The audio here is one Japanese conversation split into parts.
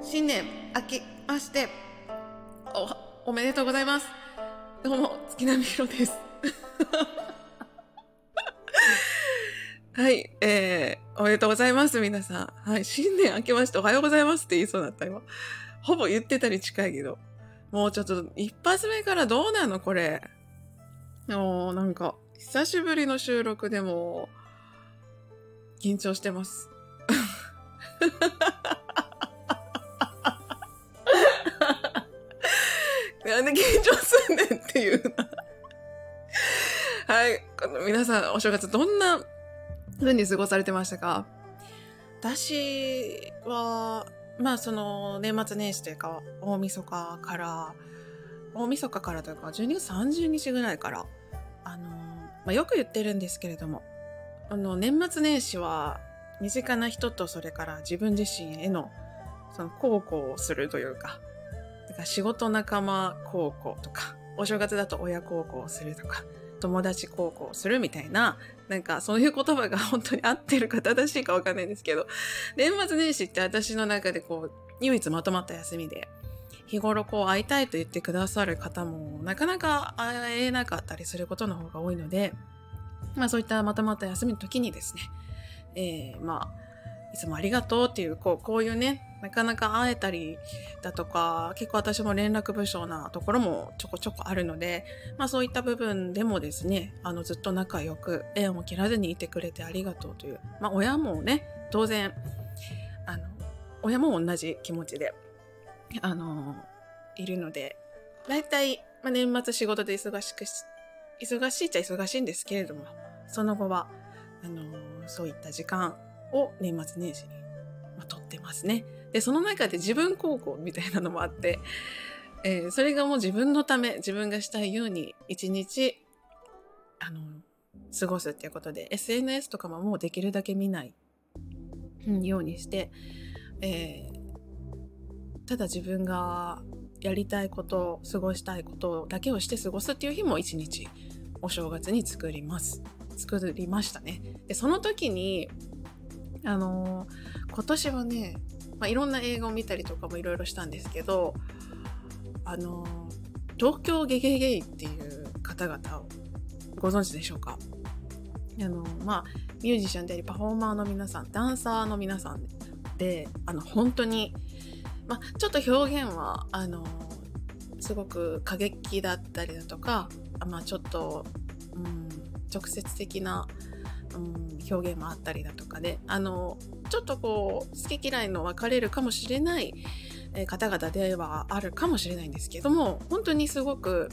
新年明けましておめでとうございます。どうも月並みひろですはい、おめでとうございます皆さん。はい、新年明けましておはようございますって言いそうだった今。ほぼ言ってたに近いけど、もうちょっと一発目からどうなのこれ。もうなんか久しぶりの収録でも緊張してますなんで緊張すんねんっていうなはい、皆さんお正月どんな風に過ごされてましたか？私はその年末年始というか大晦日からというか12月30日ぐらいからよく言ってるんですけれども、年末年始は身近な人とそれから自分自身へのその孝行をするというか、だから仕事仲間孝行とか、お正月だと親孝行をするとか、友達孝行をするみたいな、なんかそういう言葉が本当に合ってるか正しいかわかんないんですけど、年末年始って私の中で唯一まとまった休みで、日頃会いたいと言ってくださる方もなかなか会えなかったりすることの方が多いので、そういったまとまった休みの時にですね、いつもありがとうっていう、こういうね、なかなか会えたりだとか、結構私も連絡不詳なところもちょこちょこあるので、そういった部分でもですね、ずっと仲良く縁を切らずにいてくれてありがとうという、親もね、当然、親も同じ気持ちで、いるので、だいたい、年末仕事で忙しいっちゃ忙しいんですけれども、その後は、そういった時間を年末年始に、取ってますね。で、その中で自分孝行みたいなのもあって、それがもう自分のため、自分がしたいように一日、過ごすっていうことで、SNS とかももうできるだけ見ない、ようにして、ただ自分がやりたいこと、過ごしたいことだけをして過ごすっていう日も一日お正月に作りましたね。で、その時に今年はね、いろんな映画を見たりとかもいろいろしたんですけど、東京ゲゲゲイっていう方々をご存知でしょうか？ミュージシャンでありパフォーマーの皆さん、ダンサーの皆さんで、本当にちょっと表現はすごく過激だったりだとか、ちょっと、直接的な、表現もあったりだとかで、ちょっと好き嫌いの分かれるかもしれない方々ではあるかもしれないんですけども、本当にすごく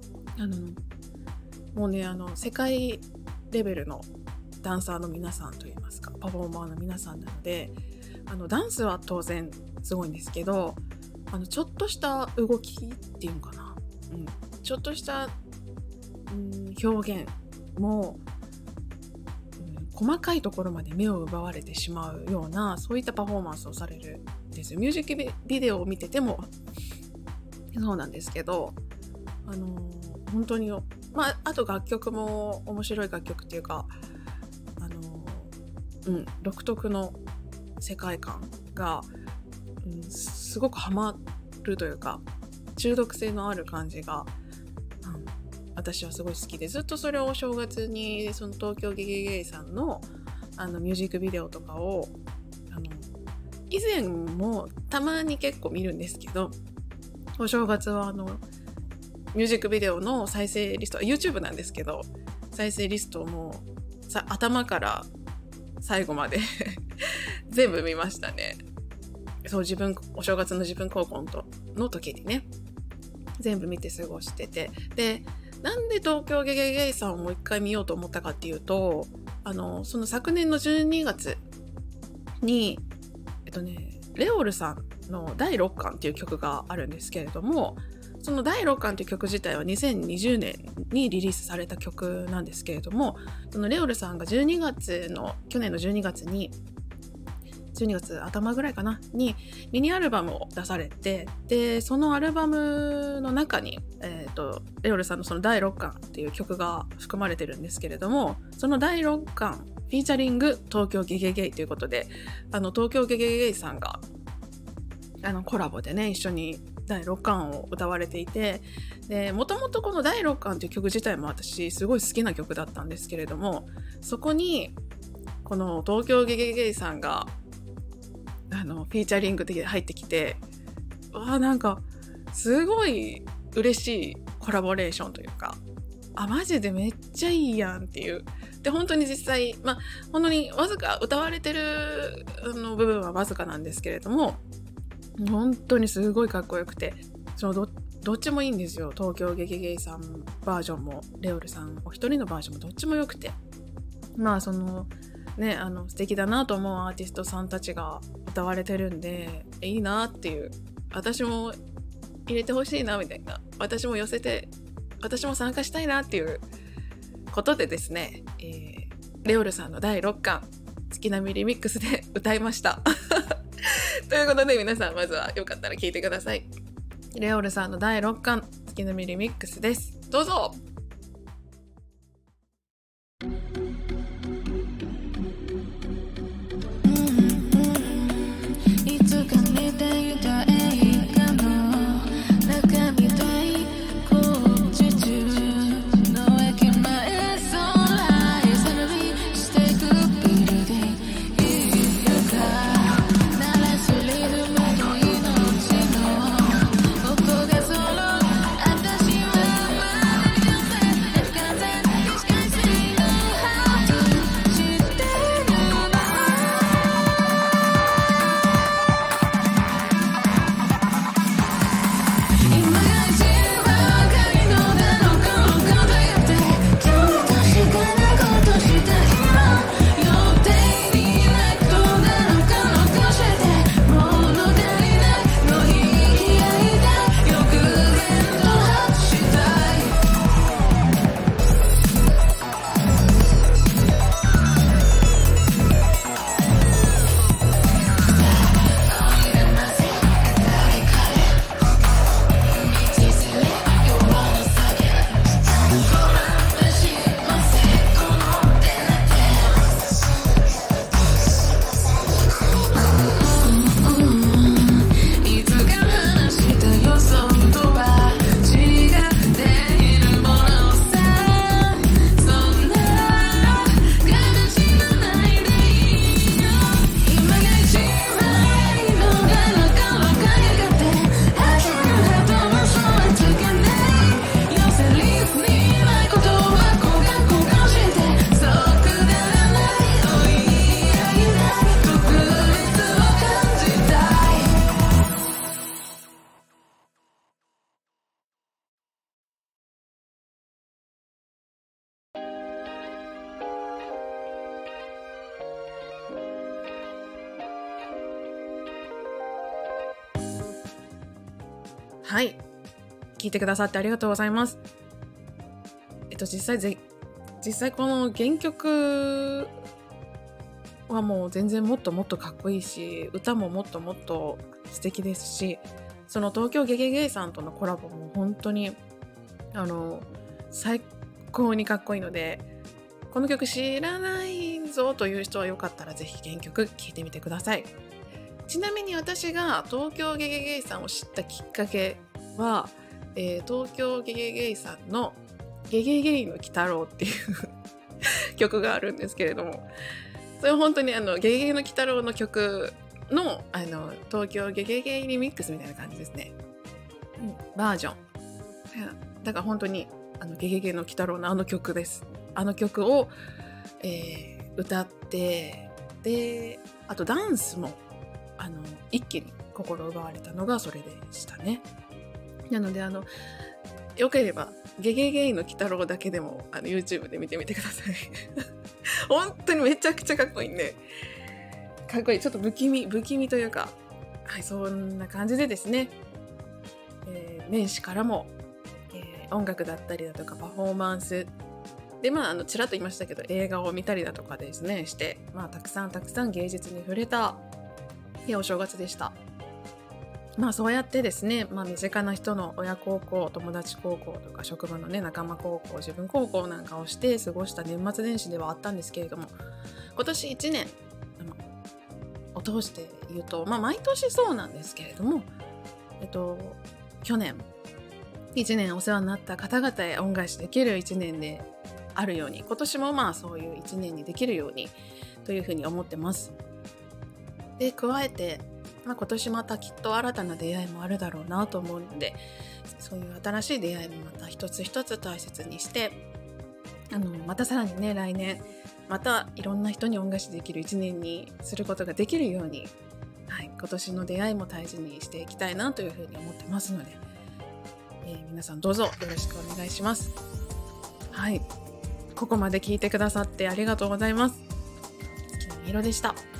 もうね、世界レベルのダンサーの皆さんといいますか、パフォーマーの皆さんなので、ダンスは当然すごいんですけど、ちょっとした動きっていうのかな、ちょっとした、表現も、細かいところまで目を奪われてしまうような、そういったパフォーマンスをされるんですよ。ミュージックビデオを見ててもそうなんですけど、本当にあと楽曲も面白い楽曲っていうか、独特の世界観が、すごくハマるというか、中毒性のある感じが、私はすごい好きで、ずっとそれをお正月にその東京ゲゲゲイさんのミュージックビデオとかを以前もたまに結構見るんですけど、お正月はミュージックビデオの再生リスト、YouTube なんですけど、再生リストをもう頭から最後まで全部見ましたね。そう、お正月の自分孝行の時にね、全部見て過ごしてて、で、なんで東京ゲゲゲイさんをもう一回見ようと思ったかっていうと、その昨年の12月に、レオルさんの第6巻っていう曲があるんですけれども、その第6巻っていう曲自体は2020年にリリースされた曲なんですけれども、そのレオルさんが去年の12月に、12月頭ぐらいかなにミニアルバムを出されて、でそのアルバムの中に、レオルさんのその第6巻っていう曲が含まれてるんですけれども、その第6巻フィーチャリング東京ゲゲゲイということで、東京ゲゲゲイさんがコラボでね、一緒に第6巻を歌われていて、で、もともとこの第6巻という曲自体も私すごい好きな曲だったんですけれども、そこにこの東京ゲゲゲイさんがフィーチャリングで入ってきて、なんかすごい嬉しいコラボレーションというか、マジでめっちゃいいやんっていう。で、本当に実際、本当にわずか歌われてる部分はわずかなんですけれども、本当にすごいかっこよくて、どっちもいいんですよ。東京ゲゲゲイさんバージョンもレオルさんお一人のバージョンもどっちもよくて、素敵だなと思うアーティストさんたちが歌われてるんで、いいなっていう、私も入れてほしいなみたいな、私も寄せて、私も参加したいなっていうことでですね、レオルさんの第6巻月並みリミックスで歌いましたということで、皆さんまずはよかったら聴いてください。レオルさんの第6巻月並みリミックスです。どうぞ。はい、聞いてくださってありがとうございます。実際この原曲はもう全然もっともっとかっこいいし、歌ももっともっと素敵ですし、その東京ゲゲゲイさんとのコラボも本当に最高にかっこいいので、この曲知らないぞという人はよかったらぜひ原曲聴いてみてください。ちなみに私が東京ゲゲゲイさんを知ったきっかけは、東京ゲゲゲイさんのゲゲゲイの鬼太郎っていう曲があるんですけれども、それ本当にゲゲゲイの鬼太郎の曲の東京ゲゲゲイリミックスみたいな感じですね、バージョンだから本当にゲゲゲイの鬼太郎の曲です。曲を、歌って、であとダンスも一気に心奪われたのがそれでしたね。なのでよければゲゲゲイの鬼太郎だけでもYouTube で見てみてください本当にめちゃくちゃかっこいいんで、かっこいい、ちょっと不気味というか、はい、そんな感じでですね、年始からも、音楽だったりだとかパフォーマンスで、ちらっと言いましたけど映画を見たりだとかですねして、たくさん芸術に触れたお正月でした。そうやってですね、身近な人の親孝行、友達孝行とか職場のね仲間孝行、自分孝行なんかをして過ごした年末年始ではあったんですけれども、今年1年を通して言うと、毎年そうなんですけれども、去年1年お世話になった方々へ恩返しできる1年であるように、今年もそういう1年にできるようにというふうに思ってます。で、加えて、今年またきっと新たな出会いもあるだろうなと思うので、そういう新しい出会いもまた一つ一つ大切にして、またさらにね、来年またいろんな人に恩返しできる1年にすることができるように、今年の出会いも大事にしていきたいなというふうに思ってますので、皆さんどうぞよろしくお願いします。ここまで聞いてくださってありがとうございます。月のみひろでした。